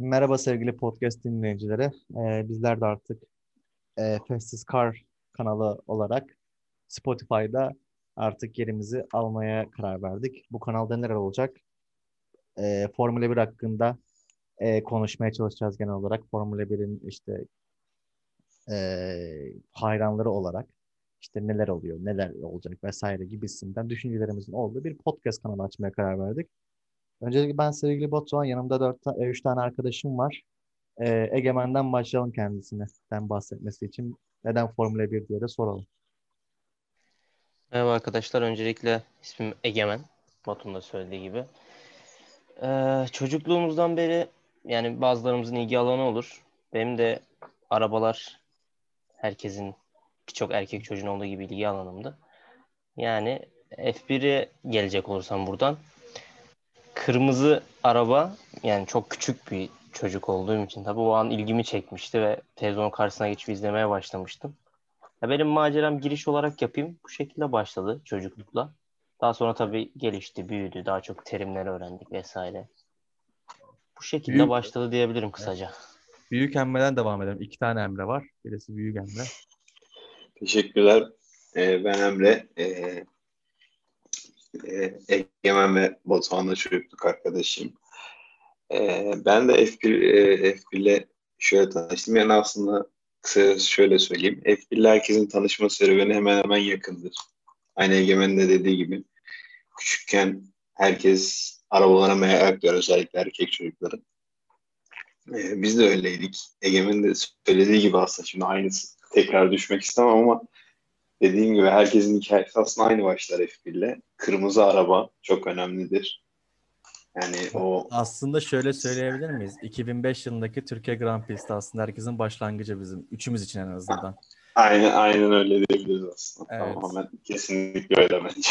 Merhaba sevgili podcast dinleyicileri. Bizler de artık Festis Car kanalı olarak Spotify'da artık yerimizi almaya karar verdik. Bu kanalda neler olacak? Formula 1 hakkında konuşmaya çalışacağız genel olarak. Formula 1'in işte hayranları olarak işte neler oluyor, neler olacak vesaire gibisinden düşüncelerimizin olduğu bir podcast kanalı açmaya karar verdik. Öncelikle ben sevgili Batuhan, yanımda 3 tane arkadaşım var. Egemen'den başlayalım kendisine. Ben bahsetmesi için. Neden Formula 1 diye de soralım. Merhaba arkadaşlar. Öncelikle ismim Egemen. Batu'nun da söylediği gibi. Çocukluğumuzdan beri yani bazılarımızın ilgi alanı olur. Benim de arabalar herkesin birçok erkek çocuğun olduğu gibi ilgi alanımdı. Yani F1'e gelecek olursam buradan kırmızı araba yani çok küçük bir çocuk olduğum için tabii o an ilgimi çekmişti ve televizyon karşısına geçip izlemeye başlamıştım. Ya benim maceram giriş olarak yapayım. Bu şekilde başladı çocuklukla. Daha sonra tabii gelişti, büyüdü. Daha çok terimleri öğrendik vesaire. Bu şekilde Büyük, başladı diyebilirim evet. kısaca. Büyük Emre'den devam edelim. İki tane Emre var. Birisi Büyük Emre. Teşekkürler. Ben Emre. Egemen ve Batuhan'la çocukluk arkadaşım. Ben de F1 ile şöyle tanıştım. Yani aslında kısa şöyle söyleyeyim. F1 ile herkesin tanışma serüveni hemen hemen yakındır. Aynı Egemen'in de dediği gibi. Küçükken herkes arabalara merak duyar, özellikle erkek çocukların. Biz de öyleydik. Egemen'in de söylediği gibi aslında şimdi aynısı. Tekrar düşmek istemem ama dediğim gibi herkesin hikayesi aslında aynı başlar F1'le. Kırmızı araba çok önemlidir. Yani o Aslında şöyle söyleyebilir miyiz? 2005 yılındaki Türkiye Grand Prix'si aslında herkesin başlangıcı bizim. Üçümüz için en azından. aynen öyle diyebiliriz aslında. Evet. Tamamen kesinlikle öyle bence.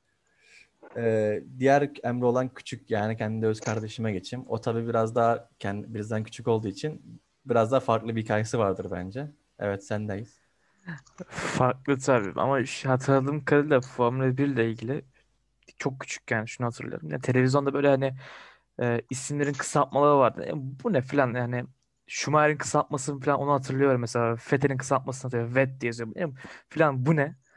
Diğer Emre olan küçük, yani kendi öz kardeşime geçeyim. O tabii biraz daha bizden küçük olduğu için biraz daha farklı bir hikayesi vardır bence. Evet, sendeyiz. Farklı tabii ama hatırladığım kadarıyla Formula 1 ile ilgili çok küçükken şunu hatırlıyorum. Ya televizyonda böyle hani isimlerin kısaltmaları vardı. Bu ne filan yani Schumacher'in kısaltmasını falan onu hatırlıyorum mesela. Vettel'in kısaltmasını hatırlıyorum. Vet diye yazıyor. Filan bu ne?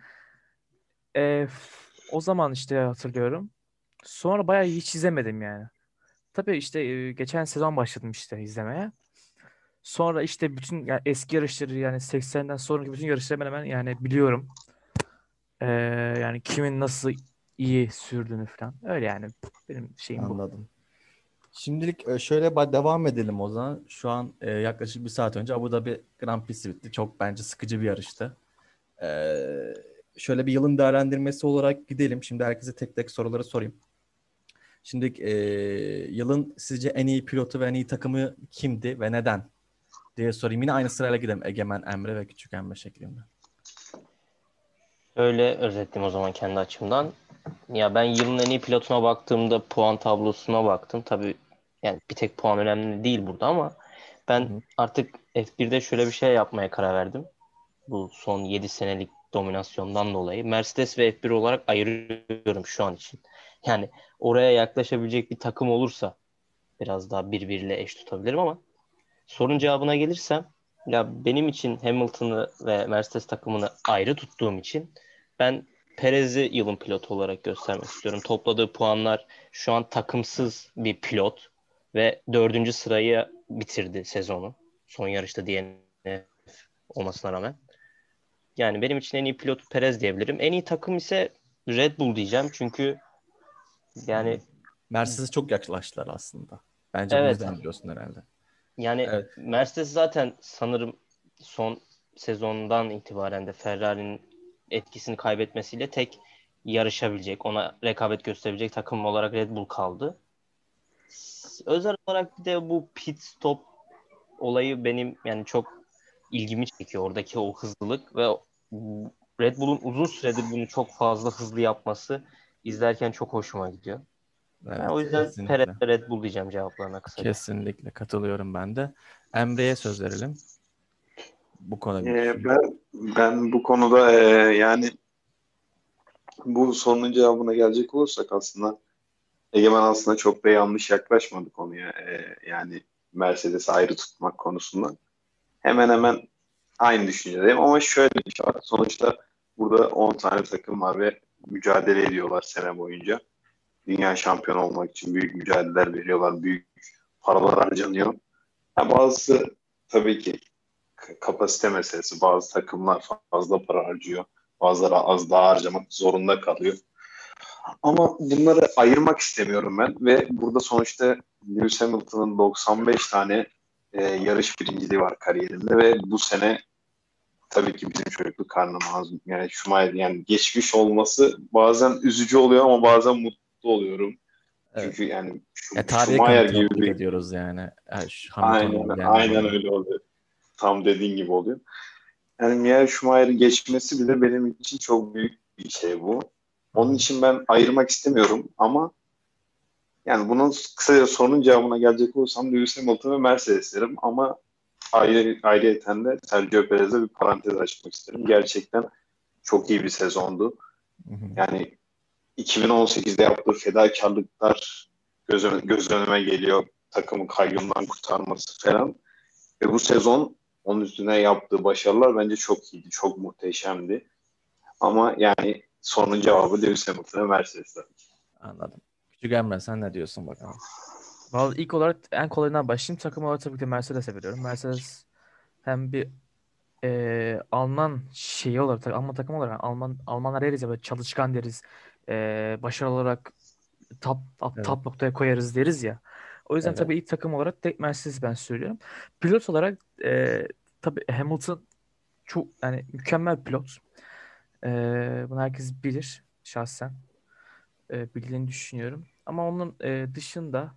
O zaman işte hatırlıyorum. Sonra bayağı hiç izlemedim yani. Tabii işte geçen sezon başladım işte izlemeye. Sonra işte bütün yani eski yarışları yani 80'den sonraki bütün yarışları hemen hemen yani biliyorum. Ee, Yani kimin nasıl iyi sürdüğünü falan. Öyle yani benim şeyim bu. Anladım. Şimdilik şöyle devam edelim o zaman. Şu an yaklaşık bir saat önce Abu Dhabi Grand Prix'si bitti. Çok bence sıkıcı bir yarıştı. Şöyle bir yılın değerlendirmesi olarak gidelim. Şimdi herkese tek tek soruları sorayım. Şimdi yılın sizce en iyi pilotu ve en iyi takımı kimdi ve neden diye sorayım. Yine aynı sırayla gidelim. Egemen, Emre ve Küçük Emre şeklinde. Öyle özetleyeyim o zaman kendi açımdan. Ya ben yılın en iyi pilotuna baktığımda puan tablosuna baktım. Tabii yani bir tek puan önemli değil burada ama Hı ben hı. artık F1'de şöyle bir şey yapmaya karar verdim. Bu son 7 senelik dominasyondan dolayı Mercedes ve F1 olarak ayırıyorum şu an için. Yani oraya yaklaşabilecek bir takım olursa biraz daha birbiriyle eş tutabilirim ama sorun cevabına gelirsem ya benim için Hamilton'ı ve Mercedes takımını ayrı tuttuğum için ben Perez'i yılın pilotu olarak göstermek istiyorum. Topladığı puanlar şu an takımsız bir pilot ve dördüncü sırayı bitirdi sezonu. Son yarışta DNF olmasına rağmen. Yani benim için en iyi pilot Perez diyebilirim. En iyi takım ise Red Bull diyeceğim. Çünkü yani Mercedes'e çok yaklaştılar aslında. Bence bu evet, yüzden diyorsun herhalde. yani Evet. Mercedes zaten sanırım son sezondan itibaren de Ferrari'nin etkisini kaybetmesiyle tek yarışabilecek, ona rekabet gösterebilecek takım olarak Red Bull kaldı. Özel olarak bir de bu pit stop olayı benim yani çok ilgimi çekiyor. Oradaki o hızlılık ve Red Bull'un uzun süredir bunu çok fazla hızlı yapması izlerken çok hoşuma gidiyor. Ben o Evet, yüzden Perez kesinlikle. ve Red Bull diyeceğim cevaplarına kısaca. Kesinlikle katılıyorum ben de. Emre'ye söz verelim. Bu konuda bir Ee, düşün. ben bu konuda yani bu sorunun cevabına gelecek olursak aslında Egemen aslında çok da yanlış yaklaşmadı konuya. Yani Mercedes'i ayrı tutmak konusunda. Hemen hemen aynı düşüncedeyim ama şöyle bir şey var. Sonuçta burada 10 tane takım var ve mücadele ediyorlar sene boyunca. Dünya şampiyonu olmak için büyük mücadeleler veriyorlar. Büyük paralar harcanıyor. Ha, bazısı tabii ki kapasite meselesi. Bazı takımlar fazla para harcıyor. Bazıları az daha harcamak zorunda kalıyor. Ama bunları ayırmak istemiyorum ben ve burada sonuçta Lewis Hamilton'ın 95 tane yarış birinciliği var kariyerinde ve bu sene tabii ki bizim çocukluk karnım ağzım. Yani Schumacher yani geçmiş olması bazen üzücü oluyor ama bazen mutlu oluyorum. Evet. Çünkü yani Tarihe Schumacher gibi tanıklık bir ediyoruz yani. aynen, Hamilton'un aynen yenmelerini. öyle oluyor. Tam dediğin gibi oluyor. Yani Michael Schumacher'in geçmesi bile benim için çok büyük bir şey bu. Onun için ben ayırmak istemiyorum ama yani bunun kısaca sorunun cevabına gelecek olursam Lewis Hamilton ve Mercedes derim ama ayrıyeten de Sergio Perez'e bir parantez açmak isterim. Gerçekten çok iyi bir sezondu. Hı hı. Yani 2018'de yaptığı fedakarlıklar göz önüme geliyor. Takımı kayyumdan kurtarması falan. Ve bu sezon onun üstüne yaptığı başarılar bence çok iyiydi. Çok muhteşemdi. Ama yani sorunun cevabı Lewis Hamilton ve Mercedes'te. Anladım. Küçük Emre sen ne diyorsun bakalım? Vallahi ilk olarak en kolayından başlayayım. Takım olarak tabii ki Mercedes'e veriyorum. Mercedes hem bir Alman şeyi olarak, Alman takım olarak Almanlar deriz ya, böyle çalışkan deriz. Başarılı olarak Evet. top noktaya koyarız deriz ya. O yüzden Evet. tabii ilk takım olarak tek Mercedes ben söylüyorum. Pilot olarak tabii Hamilton çok yani mükemmel pilot. Bunu herkes bilir şahsen. Bildiğini düşünüyorum. Ama onun dışında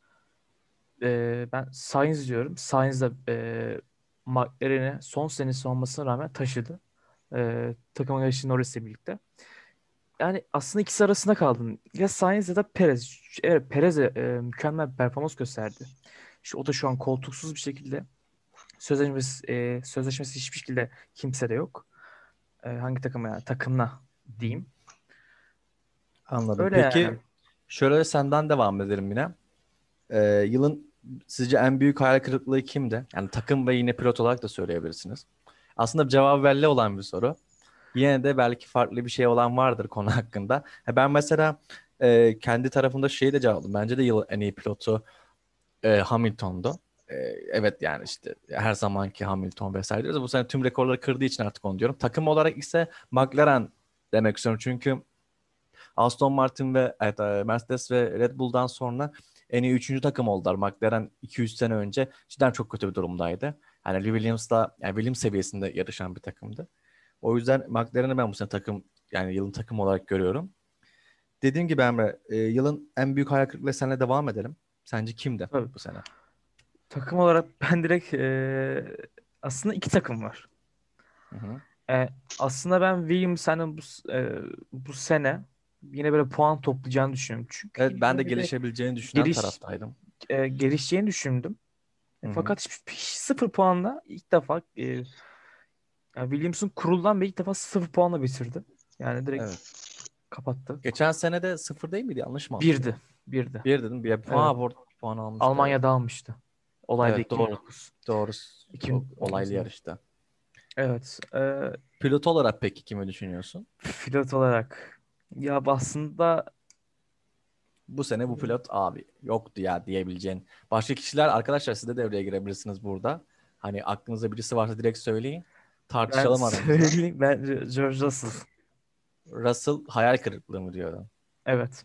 ben Sainz diyorum. Sainz de McLaren'i son senesi olmasına rağmen taşıdı. Takım arkadaşı Norris'le birlikte. Yani aslında ikisi arasında kaldım. Ya Sainz ya da Perez. Evet, Perez de mükemmel bir performans gösterdi. İşte o da şu an koltuksuz bir şekilde. Sözleşmesi hiçbir şekilde kimsede yok. Hangi takıma yani? Takımla diyeyim. Anladım. Öyle yani. Peki şöyle senden devam edelim yine. Yılın sizce en büyük hayal kırıklığı kimdi? Yani takım ve yine pilot olarak da söyleyebilirsiniz. Aslında cevabı belli olan bir soru. Yine de belki farklı bir şey olan vardır konu hakkında. Ben mesela kendi tarafımda şeyi de cevapladım. Bence de yılın en iyi pilotu Hamilton'du. Evet yani işte her zamanki Hamilton vesaire diyoruz. Bu sene tüm rekorları kırdığı için artık onu diyorum. Takım olarak ise McLaren demek istiyorum. Çünkü Aston Martin ve evet, Mercedes ve Red Bull'dan sonra en iyi üçüncü takım oldular. McLaren 200 sene önce cidden çok kötü bir durumdaydı. Yani Williams'la yani Williams seviyesinde yarışan bir takımdı. O yüzden McLaren'i ben bu sene takım yani yılın takım olarak görüyorum. Dediğim gibi Emre, yılın en büyük hayal kırıklığı seninle devam edelim. Sence kimdi Tabii. bu sene? Takım olarak ben direkt aslında iki takım var. Hı hı. E, Aslında ben Williams'ın bu sene yine böyle puan toplayacağını düşünüyorum. Çünkü Evet ben de yine bir gelişebileceğini düşünen geliş taraftaydım. gelişeceğini düşündüm. Hı hı. Fakat sıfır puanla ilk defa yani Williams'ın kuruldan beri ilk defa sıfır puanla bitirdi. Yani direkt Evet. kapattı. Geçen sene de sıfır değil miydi? Yanlış mı Birdi. hatırlıyorum? Birdi. Bir dedim. Bir Evet. puan almıştı evet. Almanya'da almıştı. Olayda Evet doğru. 2009. Doğru. O olaylı 2019'da. yarışta. Evet. Pilot olarak peki kimi düşünüyorsun? Pilot olarak ya aslında Bu sene bu pilot abi yoktu ya diyebileceğin. Başka kişiler arkadaşlar siz de devreye girebilirsiniz burada. Hani aklınızda birisi varsa direkt söyleyin. ben Tartışalım aramızda. söyleyeyim, ben George Russell. Russell hayal kırıklığı mı diyorum. Evet.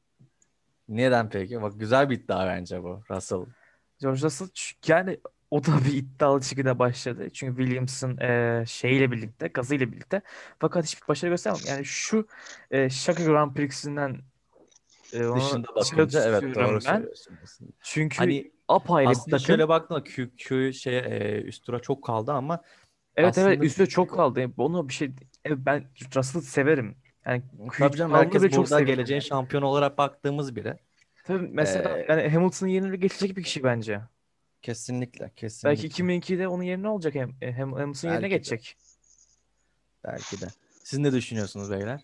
Neden peki? Bak güzel bir iddia bence bu. Russell. George Russell yani o da bir iddialı şekilde başladı. Çünkü Williams'ın şeyiyle birlikte, gazıyla birlikte. Fakat hiçbir başarı göstermem. Yani şu Şaka Grand Prix'sinden onu Dışında dışarı bakınca evet doğru tutuyorum ben. söylüyorsun aslında. Çünkü Hani apayrı bir aslında takım. şöyle baktığında Q şeye üst tura çok kaldı ama Evet, evet, aslında üstüne çok kaldı. Onu bir şey, evet, ben Russell'ı severim. Yani tabii canım kralını herkes bile çok burada seviyorum. geleceğin şampiyonu olarak baktığımız biri. Tabii mesela Ee, yani Hamilton'ın yerine geçecek bir kişi bence. kesinlikle Belki kesinlikle. 2002'de onun yerine olacak, Hamilton'ın yerine Belki de geçecek. belki de. Siz ne düşünüyorsunuz beyler?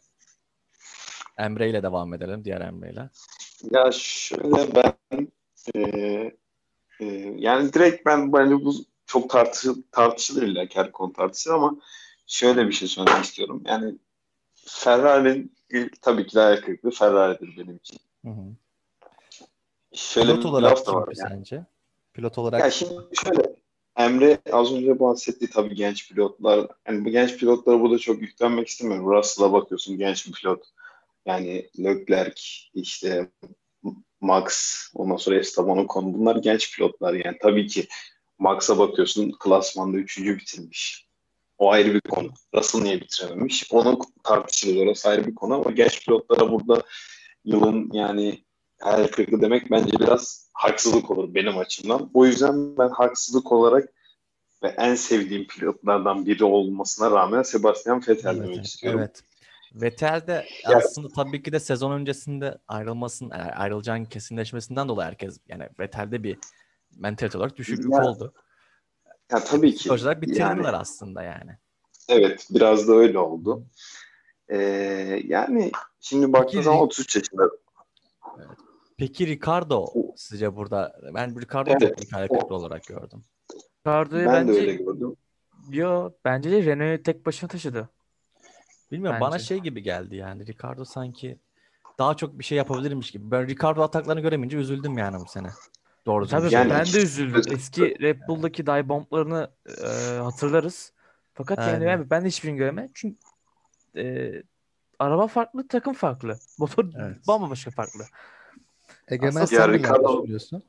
Emre ile devam edelim diğer Emre ile. Ya şöyle ben e, Yani direkt bence bu çok tartışılır, illa ki her konu tartışılır, ama şöyle bir şey söylemek istiyorum. Yani Ferrari tabii ki de ayak kırıklığı Ferrari'dir benim için. Hı hı. Şöyle Pilot bir olarak laf da kim var ki yani. sence? Pilot Ya olarak şimdi şöyle, Emre az önce bahsetti tabii genç pilotlar. Yani bu genç pilotlara burada çok yüklenmek istemiyorum. Russell'a bakıyorsun, genç bir pilot. Yani Leclerc, işte Max, ondan sonra Esteban Ocon, bunlar genç pilotlar. Yani tabii ki Max'a bakıyorsun, klasmanda üçüncü bitirmiş. O ayrı bir konu. Russell niye bitirememiş? Onu tartışılır. Orası ayrı bir konu, ama genç pilotlara burada yılın yani hayal kırıklığı demek bence biraz haksızlık olur benim açımdan. O yüzden ben haksızlık olarak ve en sevdiğim pilotlardan biri olmasına rağmen Sebastian Vettel demek Vettel. istiyorum. Evet. Vettel de Ya, aslında tabii ki de sezon öncesinde ayrılacağın kesinleşmesinden dolayı herkes yani Vettel'de bir mentalite olarak düşüklük ya, oldu. ya tabii ki Psikolojik olarak yani bitirdiler aslında yani. evet, biraz da öyle Hı hı. oldu. Yani şimdi Peki baktığın zaman 33 yaşında. evet. Peki Ricardo sizce burada ben Ricardo'yu çok Evet, büyük hayal kırıklığı o, olarak gördüm. Ricardo'yu ben de öyle bence gördüm. bence de Renault'u tek başına taşıdı Bilmiyorum bana bence. şey gibi geldi yani Ricardo sanki daha çok bir şey yapabilirmiş gibi. Ben Ricardo ataklarını göremeyince üzüldüm yani bu sene. Doğru düzgün bir Tabii şey Yani ben de görmedim. üzüldüm. Eski Red Bull'daki dive bomblarını hatırlarız. Fakat yani Aynen. ben de hiçbirini göremedim. Çünkü e, araba farklı, takım farklı. Motor Evet. bambaşka farklı. Egemen Aslında ya sen neler Ricardo, düşünüyorsun?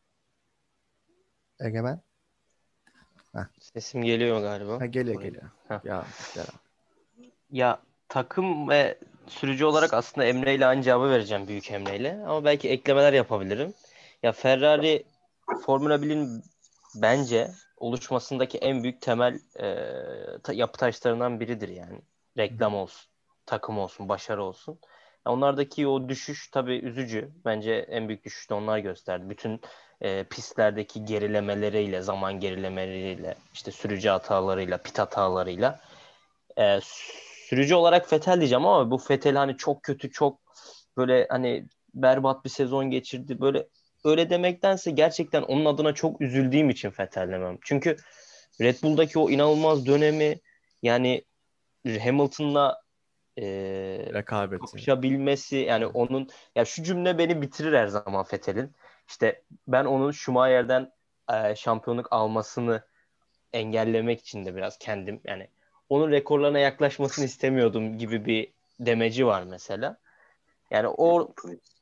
Egemen? Heh. Sesim geliyor galiba. Ha, geliyor Buraya. geliyor. Heh. Ya Berat. Ya takım ve sürücü olarak aslında Emre ile aynı cevabı vereceğim, büyük Emre ile. Ama belki eklemeler yapabilirim. Ya Ferrari Formula 1'in bence oluşmasındaki en büyük temel yapı taşlarından biridir yani. Hı hı. Reklam olsun, takım olsun, başarı olsun. Ya onlardaki o düşüş tabii üzücü. Bence en büyük düşüş de onlar gösterdi. Bütün pistlerdeki gerilemeleriyle, zaman gerilemeleriyle, işte sürücü hatalarıyla, pit hatalarıyla. Sürücü olarak Vettel diyeceğim, ama bu Vettel hani çok kötü, çok böyle hani berbat bir sezon geçirdi. Böyle öyle demektense gerçekten onun adına çok üzüldüğüm için Vettel demem. Çünkü Red Bull'daki o inanılmaz dönemi, yani Hamilton'la Rekabeti. kapışabilmesi, yani onun, ya şu cümle beni bitirir her zaman Vettel'in. İşte ben onun Schumacher'den şampiyonluk almasını engellemek için de biraz kendim, yani onun rekorlarına yaklaşmasını istemiyordum gibi bir demeci var mesela. Yani o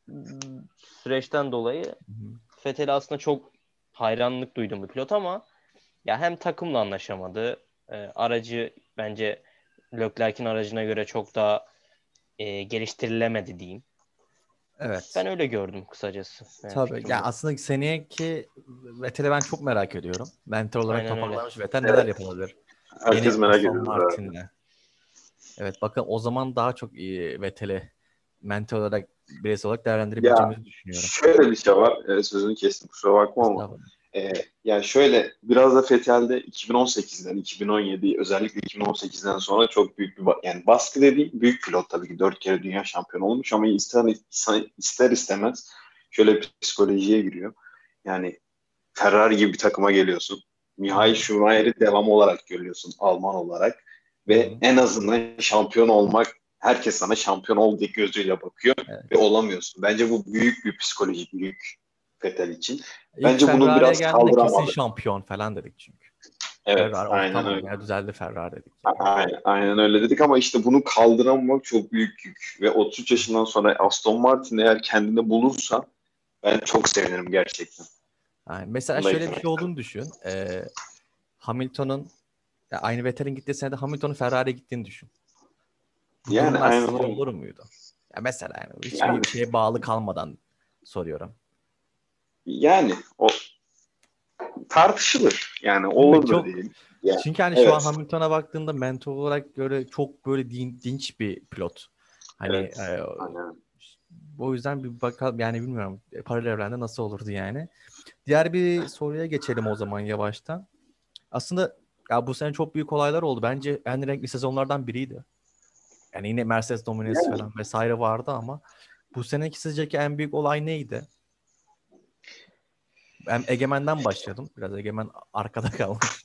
süreçten dolayı Hı hı. Vettel'e aslında çok hayranlık duydum bir pilot, ama ya hem takımla anlaşamadı. Aracı bence Leclerc'in aracına göre çok daha geliştirilemedi diyeyim. Evet. Ben öyle gördüm kısacası. Yani Tabii. fikrim Ya bu. aslında seneyeki Vettel'i ben çok merak ediyorum. Mentor olarak Aynen öyle. toparlamış Vettel neler evet, yapabilir? Yeni herkes merak Aston ediyor zaten. Martin'le. Evet bakın o zaman daha çok iyi Vettel'i mentor olarak bireysel olarak Ya değerlendirebileceğimizi düşünüyorum. şöyle bir şey var. Sözünü kestim, kusura bakma, ama Estağfurullah. yani şöyle biraz da Fethel'de 2018'den 2017, özellikle 2018'den sonra çok büyük bir yani baskı dediğim, büyük pilot tabii ki 4 kere dünya şampiyonu olmuş, ama ister istemez şöyle bir psikolojiye giriyor. Yani Ferrari gibi bir takıma geliyorsun. Hı Michael hı. Schumacher'i devam olarak görüyorsun, Alman olarak, Hı ve hı. en azından şampiyon olmak, herkes sana şampiyon ol diye gözüyle bakıyor Evet. ve olamıyorsun. Bence bu büyük bir psikolojik yük Vettel için. İlk Bence bunu Ferrari'ye biraz geldiğinde kesin kaldıramadı. şampiyon falan dedik çünkü. Evet, Ferrari oh aynen tamam öyle. ya düzeldi Ferrari dedik yani. Aynen öyle dedik, ama işte bunu kaldıramamak çok büyük yük. Ve 33 yaşından sonra Aston Martin eğer kendini bulursa ben çok sevinirim gerçekten. Yani mesela Bunu da şöyle bir eklemek şey istedim. olduğunu düşün. Hamilton'un ya aynı Vettel'in gittiği senede Hamilton'un Ferrari'ye gittiğini düşün. Bu Yani durumlar aynen sizce öyle. olur muydu? Ya mesela yani Yani, hiçbir şeye bağlı kalmadan soruyorum. yani o tartışılır. Yani Değil mi? olur da Çok değil. Yani, çünkü hani şu an evet. Hamilton'a baktığında mentor olarak göre çok böyle dinç bir pilot. Hani Evet. Aynen. o yüzden bir bakalım yani bilmiyorum paralel evrende nasıl olurdu yani. Diğer bir soruya geçelim o zaman yavaştan. Aslında ya bu sene çok büyük olaylar oldu. Bence en renkli sezonlardan biriydi. Yani yine Mercedes dominesi Yani, falan vesaire vardı ama bu seneki sizce en büyük olay neydi? Ben Egemen'den başladım. Biraz Egemen arkada kalmış.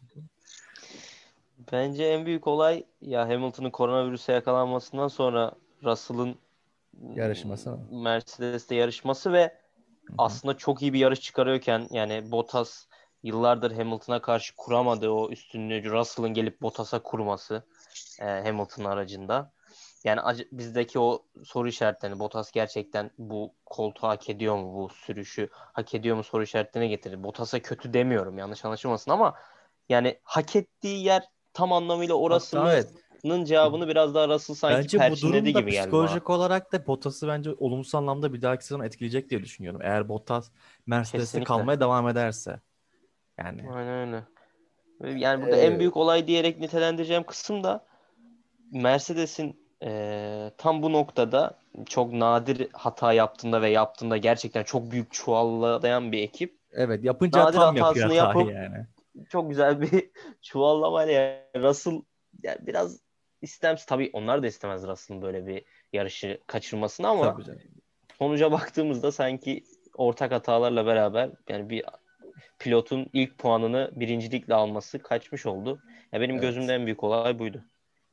Bence en büyük olay ya Hamilton'ın koronavirüse yakalanmasından sonra Russell'ın Yarışması mı? Mercedes'te yarışması ve Hı hı. aslında çok iyi bir yarış çıkarıyorken yani Bottas yıllardır Hamilton'a karşı kuramadığı o üstünlüğü Russell'ın gelip Bottas'a kurması Hamilton aracında. Yani bizdeki o soru işaretlerini Bottas gerçekten bu koltuğu hak ediyor mu, bu sürüşü hak ediyor mu soru işaretlerine getirir. Bottas'a kötü demiyorum, yanlış anlaşılmasın, ama yani hak ettiği yer tam anlamıyla Hatta evet. orasının cevabını biraz daha Russell sanki Bence bu perçinledi durumda gibi geldi bana. psikolojik olarak da Bottas'ı bence olumsuz anlamda bir dahaki sezon etkileyecek diye düşünüyorum. Eğer Bottas Mercedes'te Kesinlikle. kalmaya devam ederse. Yani Aynen öyle. Yani burada en büyük olay diyerek nitelendireceğim kısım da Mercedes'in tam bu noktada çok nadir hata yaptığında gerçekten çok büyük çuvallayan bir ekip. evet, yapınca Nadir tam yapıyor hatasını hatayı yapıp yani. çok güzel bir çuvallamayla Russell yani biraz istemsiz, tabii onlar da istemez Russell'ın böyle bir yarışı kaçırmasını, ama Tabii canım. sonuca baktığımızda sanki ortak hatalarla beraber yani bir pilotun ilk puanını birincilikle alması kaçmış oldu. Ya benim gözümde Evet. en büyük olay buydu.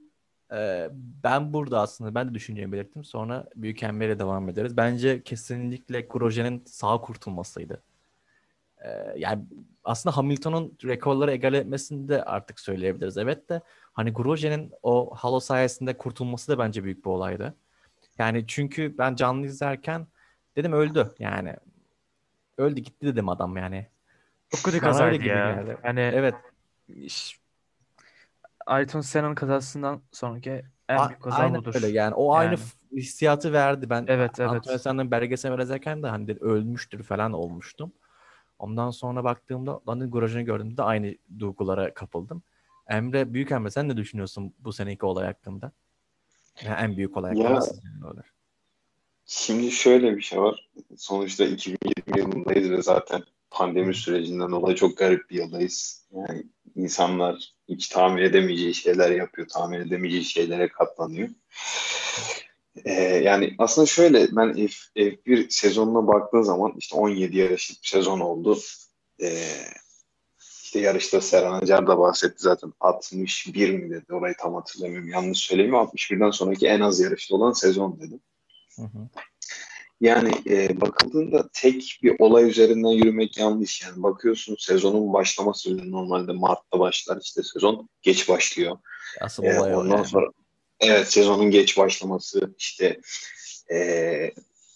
Ben burada aslında ben de düşüncemi belirttim. Sonra Büyük Emre'yle devam ederiz. Bence kesinlikle Grosje'nin sağ kurtulmasıydı. Yani aslında Hamilton'un rekorları egale etmesini de artık söyleyebiliriz. Evet de hani Grosje'nin o halo sayesinde kurtulması da bence büyük bir olaydı. Yani çünkü ben canlı izlerken dedim öldü yani. Öldü gitti dedim adam yani. Çok kötü Bana öyle kazaydı gibi ya. geldi. Yani Evet. ş- Ayrton Senna'nın kazasından sonraki en büyük kaza Aynen öyle budur. yani. O aynı Yani. hissiyatı verdi. Ben Evet, Antonio evet. Senna'nın belgesel izlerken de hani dedi, ölmüştür falan olmuştum. Ondan sonra baktığımda London Garajı'nı gördüğümde de aynı duygulara kapıldım. Büyük Emre sen ne düşünüyorsun bu seneki olay hakkında? Yani en büyük olay hakkında Ya sizce ne olur? şimdi şöyle bir şey var. Sonuçta 2020 yılındayız ve zaten Hı pandemi sürecinden dolayı çok garip bir yıldayız. Yani insanlar hiç tahmin edemeyeceği şeyler yapıyor, tahmin edemeyeceği şeylere katlanıyor. Yani aslında şöyle ben F1 sezonuna baktığın zaman işte 17 yarışlık bir sezon oldu. Ee, işte yarışta Serhan Acar da bahsetti zaten 61 mi dedi orayı tam hatırlamıyorum yanlış söyleyeyim 61'den sonraki en az yarışlı olan sezon dedi. hı. Hı. Yani bakıldığında tek bir olay üzerinden yürümek yanlış. Yani bakıyorsun sezonun başlaması bile normalde Mart'ta başlar işte sezon geç başlıyor. Asıl olay o Ondan yani. sonra evet sezonun geç başlaması işte e,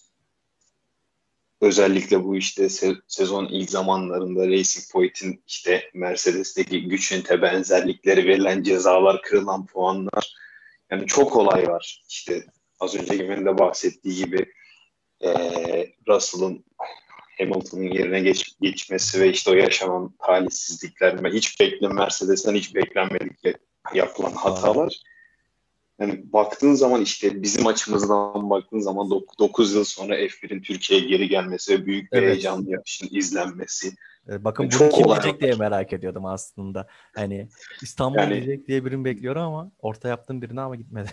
özellikle bu işte sezon ilk zamanlarında Racing Point'in işte Mercedes'teki güç ünite benzerlikleri verilen cezalar kırılan puanlar yani çok olay var. İşte az önce Güven'in de bahsettiği gibi Russell'ın Hamilton'ın yerine geçmesi ve işte o yaşanan talihsizlikler ve Mercedes'ten hiç beklenmedik yapılan Hatalar. hatalar. Yani baktığın zaman işte bizim açımızdan baktığın zaman 9 yıl sonra F1'in Türkiye'ye geri gelmesi ve büyük bir Evet. heyecanla yarışın izlenmesi. Bakın Yani bunu çok kim olay diyecek diye var. merak ediyordum aslında. Hani İstanbul Yani diyecek diye birini bekliyorum ama orta yaptığım birine ama gitmedi.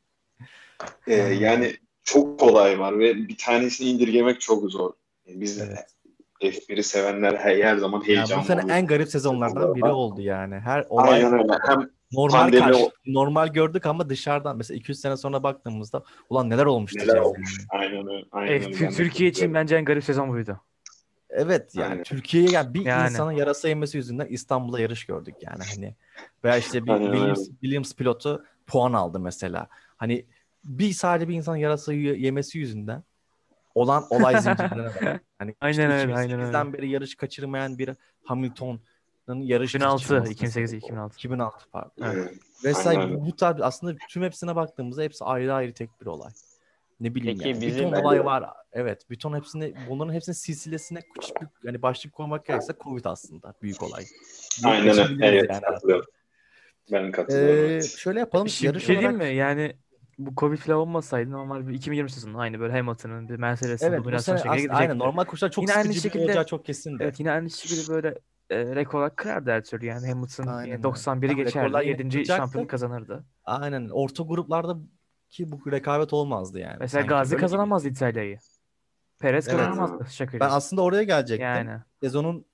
yani çok olay var ve bir tanesini indirgemek çok zor. Biz Evet. F1'i sevenler her zaman Yani bu heyecanlı sene oluyor en garip sezonlardan biri sezonlarda. oldu yani. Her olay Aynen öyle. Hem normal pandemi normal gördük ama dışarıdan mesela 200 sene sonra baktığımızda ulan neler olmuş neler diyeceğiz yani. olmuş. Aynen öyle. Aynen öyle. Ben de Türkiye için katılıyorum. bence en garip sezon buydu. Evet yani Aynen. Türkiye'ye yani bir Yani. insanın yarasa yemesi yüzünden İstanbul'da yarış gördük yani hani veya işte bir Aynen öyle. Williams pilotu puan aldı mesela. Hani sadece bir insanın yarasa yemesi yüzünden olan olay zincirlerine bak. Hani işte Aynen öyle, aynen öyle. 2008'den beri yarış kaçırmayan bir Hamilton'ın yarış 2006, kaçırmasına 2008, sebep oldu. 2006. 2006 pardon. Evet. Aynen. Aynen Vesaire öyle. bu tarz aslında tüm hepsine baktığımızda hepsi ayrı ayrı tek bir olay. Ne bileyim Peki yani. Bir ton bizim olay var. Evet. Bunların hepsinin silsilesine küçük bir yani başlık koymak gerekirse Covid aslında büyük olay. Deyip Aynen öyle. geçebiliriz Evet yani hatta. katılıyorum. Ben katılıyorum. Evet. Şöyle yapalım. Bir Yarış şey diyeyim mi? olarak Yani bu Covid falan olmasaydı normal bir 2020 sezonu aynı böyle Hamilton'ın bir Mercedes'in evet bu dominasyon sene şekline aslında aynen gidecekti. normal koşular çok Yine aynı sıkıcı bir şekilde olacağı çok kesin de. evet yine aynı şekilde böyle rekorlar kırardı her türlü. Yani Hamilton yine Aynen öyle. 91'i Tam rekorlar geçerdi. yine 7. şampiyonu kıracaktı. kazanırdı. Aynen. Orta gruplarda ki bu rekabet olmazdı yani Mesela sanki. Gazi Öyle gibi. kazanamazdı İtalya'yı. Perez Evet. kazanamazdı Ben Şakir'i. aslında oraya gelecektim. Yani. Sezonun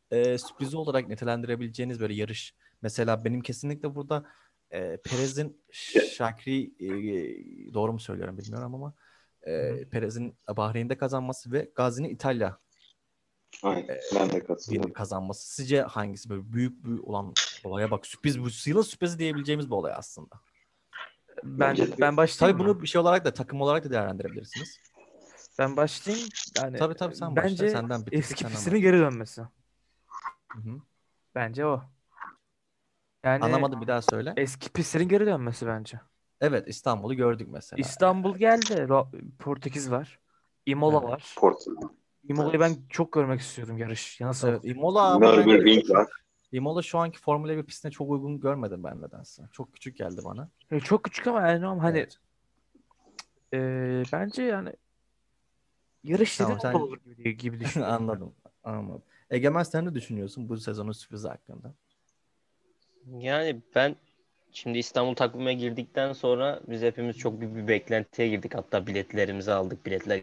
sürprizi olarak nitelendirebileceğiniz böyle yarış. Mesela benim kesinlikle burada Perez'in Şakri doğru mu söylüyorum bilmiyorum ama Perez'in Bahreyn'de kazanması ve Gazi'nin İtalya Aynen. Ben de katılıyorum. kazanması. Sizce hangisi böyle büyük bir olan olaya bak, sürpriz, bu yılın sürprizi diyebileceğimiz bir olay aslında. Bence de. Ben Tabii başlayayım mı? bunu bir şey olarak da takım olarak da değerlendirebilirsiniz. Ben başlayayım. Yani Tabii sen başla. bence Senden bir tık eski senden pistine başla. geri dönmesi. Hı-hı. Bence o. Yani Anlamadım, bir daha söyle. eski pistlerin geri dönmesi bence. Evet, İstanbul'u gördük mesela. İstanbul geldi. Portekiz var. Imola Evet. var. Porto. Imola'yı ben çok görmek istiyorum yarış. Ya nasıl Evet, olur? Imola ama bence Nürburgring var. Imola şu anki Formula 1 pistine çok uygun görmedim ben nedense. Çok küçük geldi bana. Çok küçük ama yani hani Evet. bence yani yarış dediğin Tamam, orada sen olur gibi düşünüyorum. anladım. Egemen, sen ne düşünüyorsun bu sezonun sürprizi hakkında? Yani ben şimdi İstanbul takvime girdikten sonra biz hepimiz çok büyük bir beklentiye girdik. Hatta biletlerimizi aldık. Biletler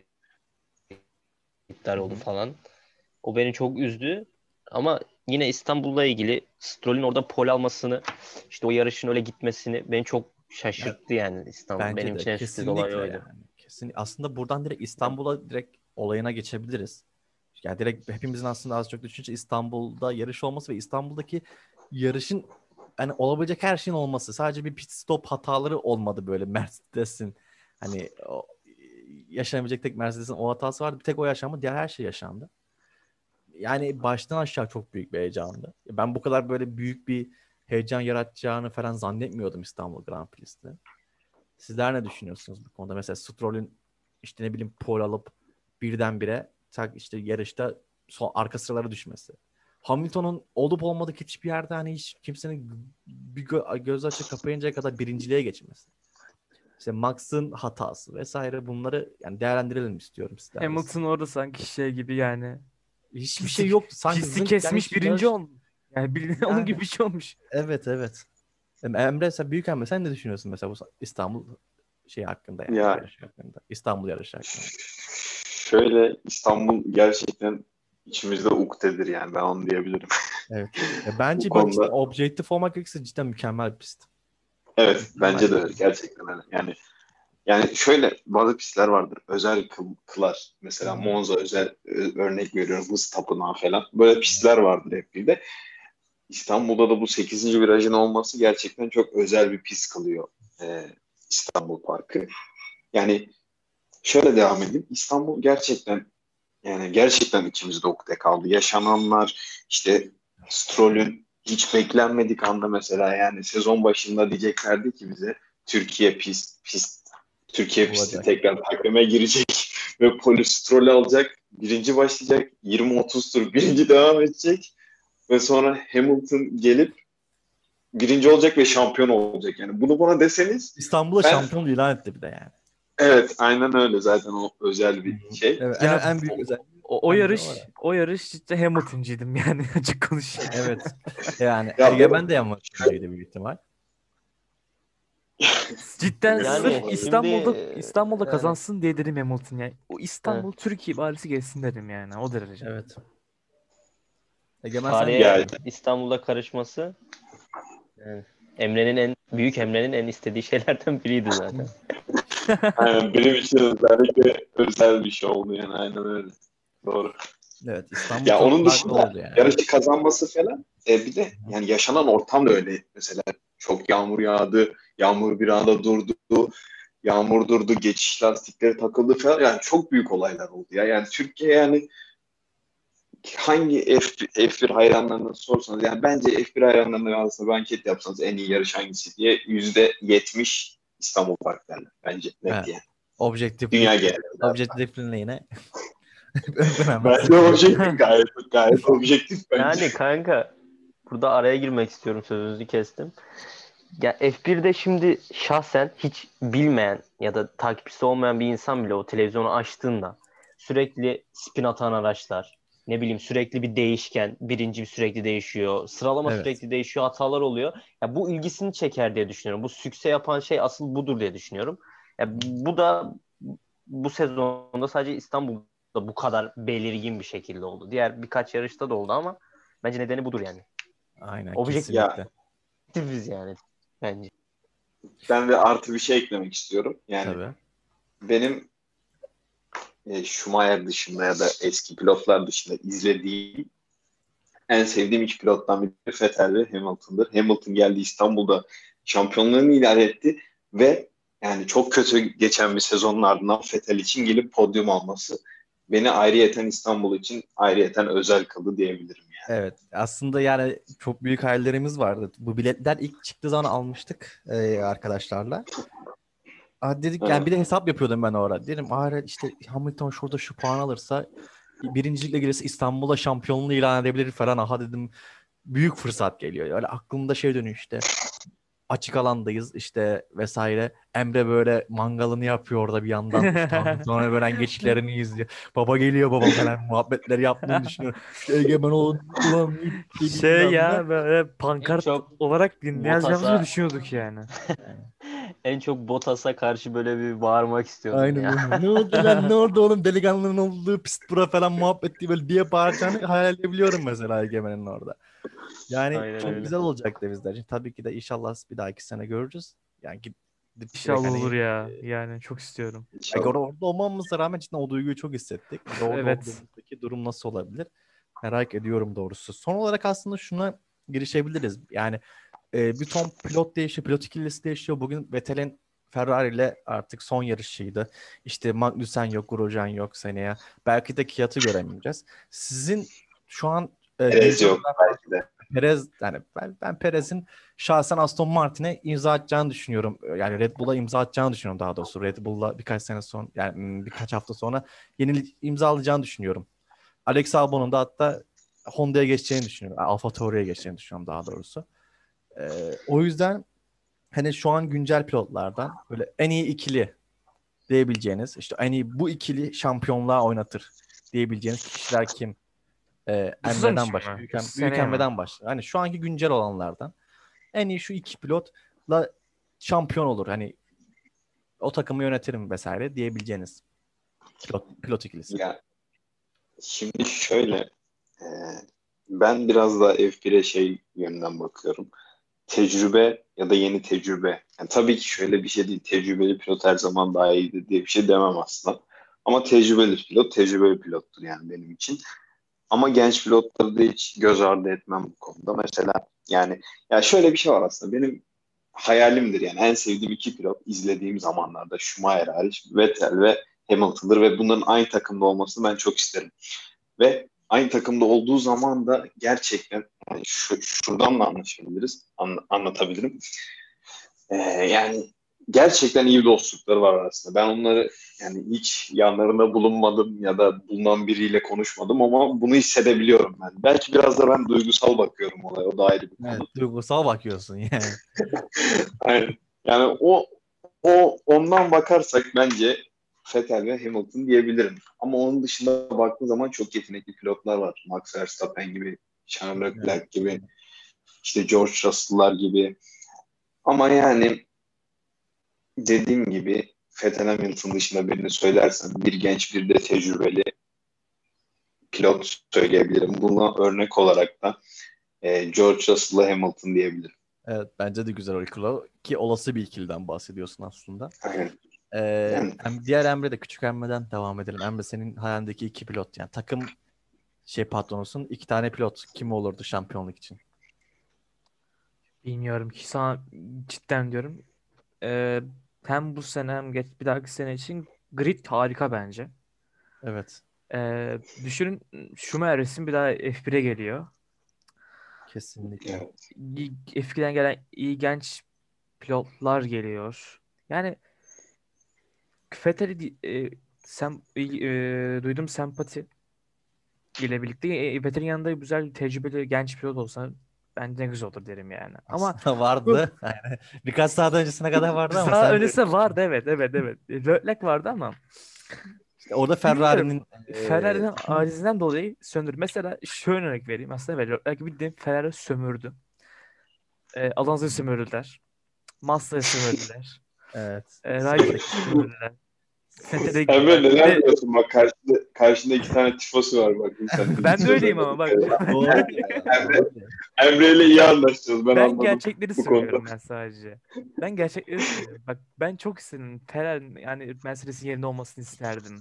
iptal Hı oldu hı. falan. O beni çok üzdü. Ama yine İstanbul'la ilgili Stroll'ün orada pole almasını, işte o yarışın öyle gitmesini beni çok şaşırttı yani İstanbul. Bence Benim de için en sürpriz olay kesinlikle oydu. yani. Kesin. Aslında buradan direkt İstanbul'a direkt olayına geçebiliriz. Yani direkt hepimizin aslında az çok düşünce İstanbul'da yarış olması ve İstanbul'daki yarışın hani olabilecek her şeyin olması. Sadece bir pit stop hataları olmadı böyle Mercedes'in. Hani yaşanabilecek tek Mercedes'in o hatası vardı. Bir tek o yaşanmadı. Diğer her şey yaşandı. Yani baştan aşağı çok büyük bir heyecandı. Ben bu kadar böyle büyük bir heyecan yaratacağını falan zannetmiyordum İstanbul Grand Prix'te. Sizler ne düşünüyorsunuz bu konuda? Mesela Stroll'ün işte ne bileyim pole alıp birdenbire işte yarışta son arka sıralara düşmesi. Hamilton'un olup olmadık hiçbir yerde hani hiç kimsenin bir göz açıp kapayıncaya kadar birinciliğe geçmesi. İşte Max'ın hatası vesaire, bunları yani değerlendirelim istiyorum sizlerle. Hamilton orada sanki şey gibi yani. Hiçbir şey Pisti, yoktu. Sanki pisti zınk yani kesmiş hiç birinci yarış... olmuş. Yani onun Yani gibi bir şey olmuş. evet. Emre, sen büyük Emre, sen ne düşünüyorsun mesela bu İstanbul şey hakkında, yani Ya yarış hakkında? İstanbul yarışı hakkında. şöyle, İstanbul gerçekten içimizde ukdedir yani, ben onu diyebilirim. Evet. Ya Bu bence bak, cidden konuda objektif olmak gerekirse cidden mükemmel bir pist. evet, Mükemmel bence de bir öyle, pist. gerçekten öyle. Yani şöyle bazı pistler vardır. Özel kılar. Hı Mesela hı. Monza özel, örnek veriyorum, hız tapınağı falan. Böyle pistler vardır hep bir de. İstanbul'da da bu 8. virajın olması gerçekten çok özel bir pist kılıyor İstanbul Parkı. Yani şöyle devam edeyim. İstanbul gerçekten, yani gerçekten içimizde ukde kaldı. Yaşananlar, işte Stroll'ün hiç beklenmedik anda mesela, yani sezon başında diyeceklerdi ki bize Türkiye pisti Olacak. tekrar takvime girecek ve polis Stroll'ü alacak. Birinci başlayacak. 20-30 tur birinci devam edecek ve sonra Hamilton gelip birinci olacak ve şampiyon olacak. Yani bunu bana deseniz, İstanbul'a ben şampiyon ilan etti bir de yani. evet, aynen öyle, zaten o özel Hı bir hı. şey. Evet, Ya en büyük özelliği o bence o. Evet. yarış cidden Hamilton'cıydım yani açık konuşayım. Evet. Yani Ya Egemen benim de yanıltıcıydı büyük ihtimal. Cidden sırf Yani şimdi İstanbul'da yani kazansın diye dedim Hamilton yani. O he, İstanbul Türkiye barisi geçsin dedim yani o derece. Evet. Egemen, sen ne tarihe yani düşünüyorsun? İstanbul'da karışması yani Emre'nin en istediği şeylerden biriydi zaten. aynen, benim için özellikle özel bir şey oldu yani, aynen öyle. Doğru. Evet, İstanbul Ya çok onun farklı dışında oldu yani. yarışı kazanması falan, bir de Hı hı. yani yaşanan ortam da öyle. Mesela çok yağmur yağdı, yağmur bir anda durdu, yağmur durdu, geçiş lastikleri takıldı falan. Yani çok büyük olaylar oldu ya. Yani Türkiye, yani hangi F1 hayranlarına sorsanız, yani bence F1 hayranlarına arasında bir anket yapsanız en iyi yarış hangisi diye %70 İstanbul Park derler. Bence net Evet. yani. Dünya Objektiflik, genelinde. objektifliğine yine ön plana Bence çıkıyor. objektif, gayet objektif bence. Yani kanka burada araya girmek istiyorum, sözünüzü kestim. Ya F1'de şimdi şahsen hiç bilmeyen ya da takipçisi olmayan bir insan bile o televizyonu açtığında sürekli spin atan araçlar, ne bileyim sürekli bir değişken, birinci sürekli değişiyor, sıralama Evet. sürekli değişiyor, hatalar oluyor. Ya bu ilgisini çeker diye düşünüyorum. Bu sükse yapan şey asıl budur diye düşünüyorum. Ya bu da bu sezonda sadece İstanbul'da bu kadar belirgin bir şekilde oldu. Diğer birkaç yarışta da oldu ama Bence nedeni budur yani. Aynen, Objektif kesinlikle. biz yani bence. Ben de artı bir şey eklemek istiyorum. Yani Tabii. benim Schumacher dışında ya da eski pilotlar dışında izlediğim en sevdiğim iki pilottan biri Vettel ve Hamilton'dır. Hamilton geldi İstanbul'da şampiyonluğunu ilan etti ve yani çok kötü geçen bir sezonun ardından Vettel için gelip podyum alması beni ayrıyeten İstanbul için ayrıyeten özel kıldı diyebilirim yani. Evet, aslında yani çok büyük hayallerimiz vardı. Bu biletler ilk çıktığı zaman almıştık arkadaşlarla. Dedik yani, Evet. bir de hesap yapıyordum ben orada. Dedim işte Hamilton şurada şu puan alırsa, birincilikle gelirse İstanbul'a şampiyonluğu ilan edebilir falan. Aha dedim, büyük fırsat geliyor. Öyle aklımda şey dönüyor işte. Açık alandayız işte vesaire. Emre böyle mangalını yapıyor orada bir yandan. İşte sonra böyle geçişlerini izliyor. Baba geliyor baba falan muhabbetleri yaptığını düşünüyorum. İşte Egemen ulan dediğimiz Şey anda. ya, böyle En pankart çok olarak ne yazacağımızı Bottas'a düşünüyorduk yani. en çok Bottas'a karşı böyle bir bağırmak istiyordum Aynen ya. öyle. Ne oldu lan, ne oldu oğlum, delikanlının olduğu pist bura falan muhabbeti böyle diye bağıracağını hayal edebiliyorum mesela Egemen'in orada. Yani Aynen çok öyle. güzel olacaktı bizler için. Tabii ki de inşallah bir dahaki sene görürüz. Yani gidip direkt İnşallah olur hani ya. Yani çok istiyorum. İnşallah. orada olmamıza rağmen cidden o duyguyu çok hissettik. Bir de orada Evet. olduğumuzdaki durum nasıl olabilir? Merak ediyorum doğrusu. Son olarak aslında şuna girişebiliriz. Yani bir ton pilot değişiyor, pilot ikilisi değişiyor. Bugün Vettel'in Ferrari ile artık son yarışıydı. İşte Magnussen yok, Grosjean yok seneye. Belki de Kvyat'ı göremeyeceğiz. Sizin şu an Perez güncel yok olarak belki de. Perez, yani ben Perez'in şahsen Aston Martin'e imza atacağını düşünüyorum. Yani Red Bull'a imza atacağını düşünüyorum daha doğrusu. Red Bull'la birkaç sene sonra, yani birkaç hafta sonra yeni imzalayacağını düşünüyorum. Alex Albon'un da hatta Honda'ya geçeceğini düşünüyorum. AlphaTauri'ye geçeceğini düşünüyorum daha doğrusu. O yüzden hani şu an güncel pilotlardan böyle en iyi ikili diyebileceğiniz, işte en iyi bu ikili şampiyonluğa oynatır diyebileceğiniz kişiler kim? Bu sezon Emre'den için baş, mi? Büyük, Bu Büyük seneye mi? Emre'den başla. Hani şu anki güncel olanlardan en iyi şu iki pilotla şampiyon olur. Hani o takımı yönetirim vesaire diyebileceğiniz pilot ikilisi. Ya şimdi şöyle e, ben biraz da F1'e şey yönden bakıyorum. Tecrübe ya da yeni tecrübe. Yani tabii ki şöyle bir şey değil. Tecrübeli pilot her zaman daha iyidir diye bir şey demem aslında. Ama tecrübeli pilot tecrübeli pilottur yani benim için. Ama genç pilotları da hiç göz ardı etmem bu konuda. Mesela yani ya şöyle bir şey var aslında. Benim hayalimdir yani en sevdiğim iki pilot izlediğim zamanlarda Schumacher hariç Vettel ve Hamilton'dır ve bunların aynı takımda olmasını ben çok isterim. Ve aynı takımda olduğu zaman da gerçekten yani şuradan da anlaşabiliriz, anlatabilirim. Yani gerçekten iyi dostlukları var arasında. Ben onları yani hiç yanlarında bulunmadım ya da bulunan biriyle konuşmadım ama bunu hissedebiliyorum ben. Belki biraz da ben duygusal bakıyorum olaya. O da ayrı bir Evet, konu. duygusal bakıyorsun yani. Aynen. Yani o ondan bakarsak bence Vettel ve Hamilton diyebilirim. Ama onun dışında baktığın zaman çok yetenekli pilotlar var. Max Verstappen gibi, Charles Evet. Leclerc gibi, işte George Russell'lar gibi. Ama yani dediğim gibi Vettel Hamilton dışında birini söylersem bir genç bir de tecrübeli pilot söyleyebilirim. Buna örnek olarak da George Russell'la Hamilton diyebilirim. Evet, bence de güzel o ikili, ki olası bir ikiliden bahsediyorsun aslında. Aynen. Yani Diğer Emre de, küçük Emre'den devam edelim. Emre, senin hayalindeki iki pilot, yani takım patronusun, iki tane pilot kim olurdu şampiyonluk için? Bilmiyorum ki, sana cidden diyorum. Ee, Hem bu sene hem bir dahaki sene için grid harika bence. Evet, Düşünün, Schumacher resim bir daha F1'e geliyor. kesinlikle. F2'den gelen iyi genç pilotlar geliyor. Yani Vettel'i duydum sempati ile birlikte Vettel'in yanında güzel tecrübeli genç pilot olsa bence ne güzel olur derim yani. Ama Aslında bu vardı. Yani birkaç saat öncesine kadar vardı ama daha sen de öncesinde vardı, evet evet evet. Leclerc vardı ama işte orada bilmiyorum. Ferrari'nin Ferrari'nin acizinden dolayı söndür. Mesela şöyle örnek vereyim. Aslında evet, Leclerc bildiğin Ferrari sömürdü. Alonso'yu sömürdüler. Massa'yı sömürdüler. evet, Raikkonen'i Sainz'deki sömürdüler. Fetele Emre bir neler de diyorsun? Bak karşında iki tane tifosu var bak. Sen ben de öyleyim ama bak. Doğru diyor ya. Doğru diyor. Emre ile iyi anlaşacağız. Ben Ben anladım gerçekleri bu konuda. söylüyorum ben sadece. Ben gerçekleri söylüyorum. Bak ben çok istedim. Ferrari yani Mercedes'in yerinde olmasını isterdim.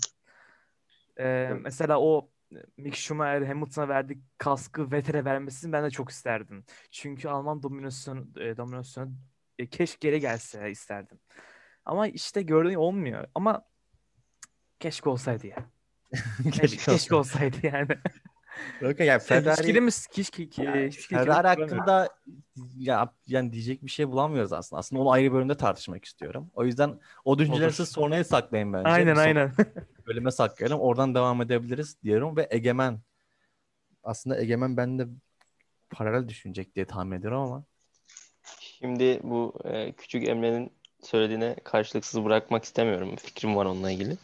Mesela o Mick Schumacher Hamilton'a verdiği kaskı Vettel'e vermesini ben de çok isterdim. Çünkü Alman dominasyonu keşke geri gelse isterdim. Ama işte gördüğün olmuyor. Ama keşke olsaydı ya. Keşke olsaydı yani. Yok ya Ferrari İlişkilerimiz hiçbir şekilde Ferrari kuramıyoruz. hakkında ya yani diyecek bir şey bulamıyoruz aslında. Aslında onu ayrı bölümde tartışmak istiyorum. O yüzden o düşünceleri Olur. siz sonraya saklayın bence. Aynen Bir sonraki aynen. bölüme saklayalım. Oradan devam edebiliriz diyorum ve Egemen. Aslında Egemen ben de paralel düşünecek diye tahmin ediyorum ama. Şimdi bu küçük Emre'nin söylediğine karşılıksız bırakmak istemiyorum. Fikrim var onunla ilgili.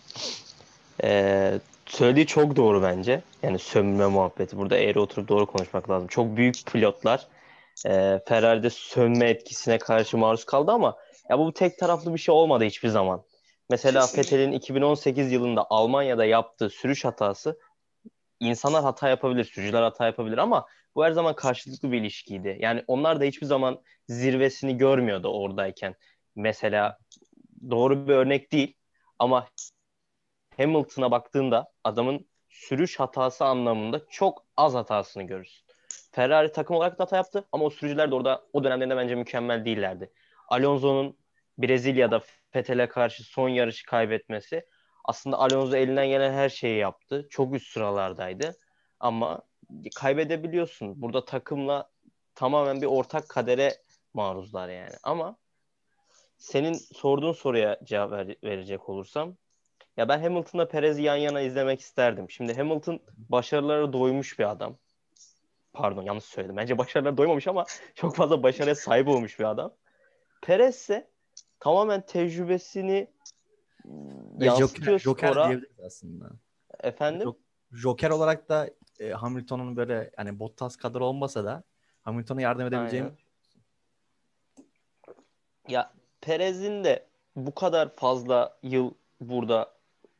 Söylediği çok doğru bence. Yani sönme muhabbeti. Burada eğri oturup doğru konuşmak lazım. Çok büyük pilotlar Ferrari'de sönme etkisine karşı maruz kaldı ama ya bu tek taraflı bir şey olmadı hiçbir zaman. Mesela Kesinlikle. Vettel'in 2018 yılında Almanya'da yaptığı sürüş hatası, insanlar hata yapabilir, sürücüler hata yapabilir ama bu her zaman karşılıklı bir ilişkiydi. Yani onlar da hiçbir zaman zirvesini görmüyordu oradayken. Mesela doğru bir örnek değil ama Hamilton'a baktığında adamın sürüş hatası anlamında çok az hatasını görürsün. Ferrari takım olarak da hata yaptı ama o sürücüler de orada o dönemlerinde bence mükemmel değillerdi. Alonso'nun Brezilya'da Vettel'e karşı son yarışı kaybetmesi, aslında Alonso elinden gelen her şeyi yaptı. Çok üst sıralardaydı ama kaybedebiliyorsun. Burada takımla tamamen bir ortak kadere maruzlar yani. Ama senin sorduğun soruya cevap verecek olursam, ya ben Hamilton'la Perez'i yan yana izlemek isterdim. Şimdi Hamilton başarılara doymuş bir adam. Pardon, yanlış söyledim. Bence başarılara doymamış ama çok fazla başarıya sahip olmuş bir adam. Perez ise tamamen tecrübesini Ve yansıtıyor Joker spora. diyebiliriz aslında. Efendim? Joker olarak da Hamilton'un böyle hani Bottas kadar olmasa da Hamilton'a yardım edebileceğimi. Aynen. Ya Perez'in de bu kadar fazla yıl burada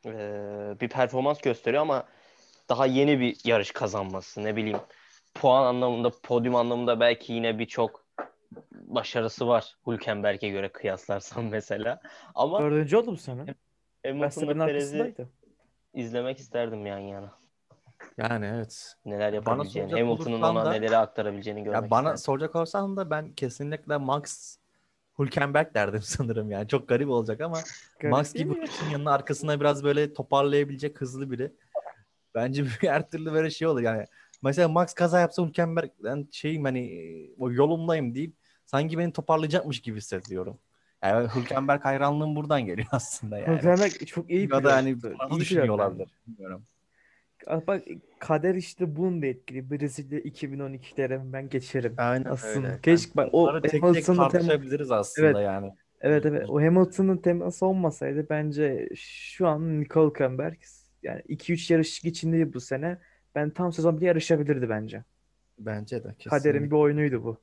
bir performans gösteriyor ama daha yeni bir yarış kazanması, ne bileyim, puan anlamında, podyum anlamında belki yine birçok başarısı var Hülkenberg'e göre kıyaslarsam mesela. Ama Dördüncü oldu bu sene. Verstappen'in Hamilton'la Perez'i arkasındaydı. izlemek isterdim yan yana. Yani evet. Neler Bana yapabileceğini, soracak Hamilton'ın olursan ona da neleri aktarabileceğini ya görmek bana isterdim. soracak olursan da ben kesinlikle Max Hülkenberg derdim sanırım yani. Çok garip olacak ama Max Garip değil gibi mi? işin yanına arkasına biraz böyle toparlayabilecek hızlı biri. Bence her türlü böyle şey olur yani. Mesela Max kaza yapsa Hülkenberg ben şeyim hani o yolumdayım deyip sanki beni toparlayacakmış gibi hissediyorum. Yani Hülkenberg hayranlığım buradan geliyor aslında yani. Hulkenberg çok iyi Ya da hani pilottu. farklı İyi pilot düşünüyor bence. olabilir. Bilmiyorum. Bak kader işte bunun da etkili. Brezilya 2012'lere ben geçerim. Aynen Aslında öyle. Yani keşke bak o bunları tek tek Hamilton'la tartışabiliriz aslında evet yani. evet o Hamilton'ın teması olmasaydı bence şu an Nico Hülkenberg yani 2-3 yarış içinde bu sene ben tam sezon bile yarışabilirdi bence. Bence de Kaderin bir kesinlikle. oyunuydu bu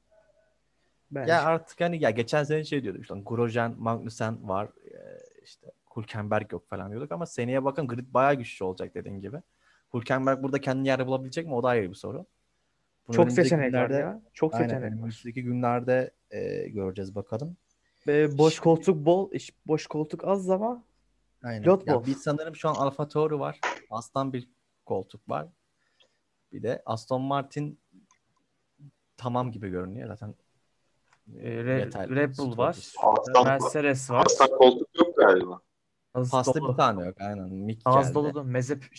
Ya bence. artık hani ya geçen sene şey diyorduk işte Grosjean, Magnussen var. İşte Hülkenberg yok falan diyorduk ama seneye bakın grid bayağı güçlü olacak dediğin gibi. Hülkenberg burada kendini yer bulabilecek mi? O da ayrı bir soru. Bunu Çok önümüzdeki seçenek var günlerde ya. Çok aynen seçenek var. önümüzdeki günlerde göreceğiz bakalım. Boş Şimdi, koltuk bol, boş koltuk az ama aynen. pilot bol. Ya biz sanırım şu an AlphaTauri var. Aslan bir koltuk var. Bir de Aston Martin tamam gibi görünüyor. Zaten yeterli. Red Bull Stroll var. dışında. Aslan, Mercedes aslan var. koltuk yok galiba. Az Pasta bir dolu. tane yok. Aynen. Mick Az geldi. dolu da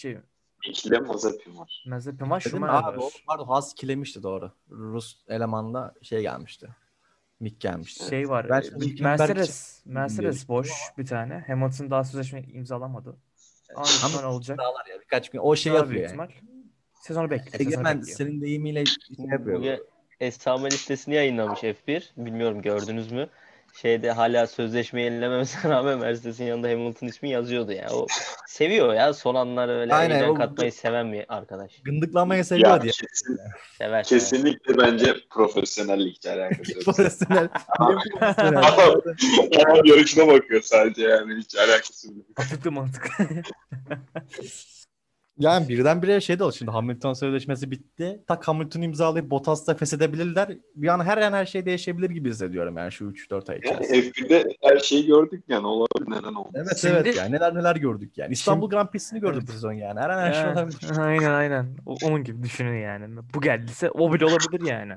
İkide Mazepin var. Mazepin var. Dedim mi? Schumacher Abi o var. pardon Haas kilemişti doğru. Rus elemanla şey gelmişti. Mick gelmişti. Şey var. Ben şimdi Hülkenberg için diye Mercedes düşündüm boş ama bir tane. Hamilton daha sözleşme imzalamadı. Ama büyük ama ihtimal olacak. sağlar ya birkaç gün o şey İmzalar büyük yapıyor yani. ihtimal. Sezonu bekliyor. Sezonu Egemen bekliyor. senin deyimiyle şey yapıyor. Bugün esame listesini yayınlamış F1. Bilmiyorum, gördünüz mü? şeyde hala sözleşme yenilememesine rağmen Mercedes'in yanında Hamilton ismi yazıyordu ya. O seviyor ya, son anları öyle Aynen, heyecan o katmayı seven bir arkadaş. gındıklamayı Ya seviyor diye. Sever sever. kesinlikle bence profesyonellikle alakası yok. Profesyonel. Niye profesyonel? Adam, adam yarışına bakıyor sadece, yani hiç alakası yok. Mantıklı mantık. Yani birdenbire şey de oldu şimdi, Hamilton sözleşmesi bitti. Tak Hamilton imzalayıp Bottas'la feshedebilirler. Bir an her şey değişebilir gibi hissediyorum yani şu 3-4 ay Yani içerisinde. F1'de her şeyi gördük yani, olabilir, neden olmaz. Evet Şimdi- evet, yani neler gördük yani. İstanbul Şimdi- Grand Prix'sini gördük Evet. bu sezon yani. Her şey Ya, olabilir. aynen. Onun gibi düşünün yani. Bu geldiyse o bile olabilir yani.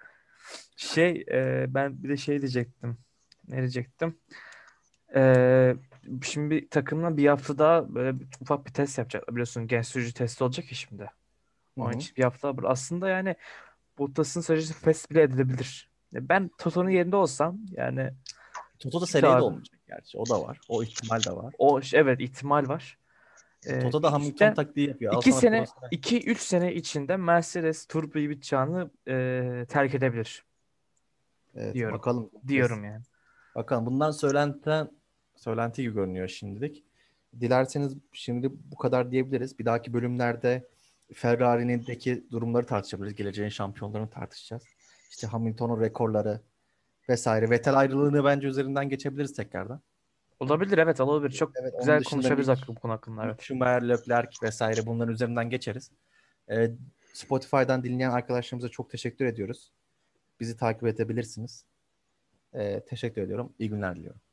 Ben bir de şey diyecektim. Ne diyecektim? E, Şimdi bir takımla bir hafta daha böyle ufak bir test yapacaklar. Biliyorsun genç sürücü testi olacak ya şimdi. Onun Hı hı. için bir hafta aslında yani Bottas'ın sürücüsü fest bile edilebilir. Ben Toto'nun yerinde olsam yani Toto'da git seneye de abi. olmayacak gerçi. O da var. O ihtimal de var. Evet, ihtimal var. Toto'da Hamilton İşte taktiği yapıyor. Al 2 sana sene, profesyonel. 2-3 sene içinde Mercedes turboyu bir çağını terk edebilir Evet, diyorum. bakalım. Diyorum yani. Bakalım, bundan söylenti gibi görünüyor şimdilik. Dilerseniz şimdi bu kadar diyebiliriz. Bir dahaki bölümlerde Ferrari'ninki durumları tartışabiliriz. Geleceğin şampiyonlarını tartışacağız. İşte Hamilton'un rekorları vesaire. Vettel ayrılığını bence üzerinden geçebiliriz tekrardan. Olabilir, evet, olabilir. Çok Evet, onun güzel dışında konuşabiliriz Mick, bu konu hakkında. Evet. Schumacher, Leclerc vesaire, bunların üzerinden geçeriz. Spotify'dan dinleyen arkadaşlarımıza çok teşekkür ediyoruz. Bizi takip edebilirsiniz. Teşekkür ediyorum. İyi günler diliyorum.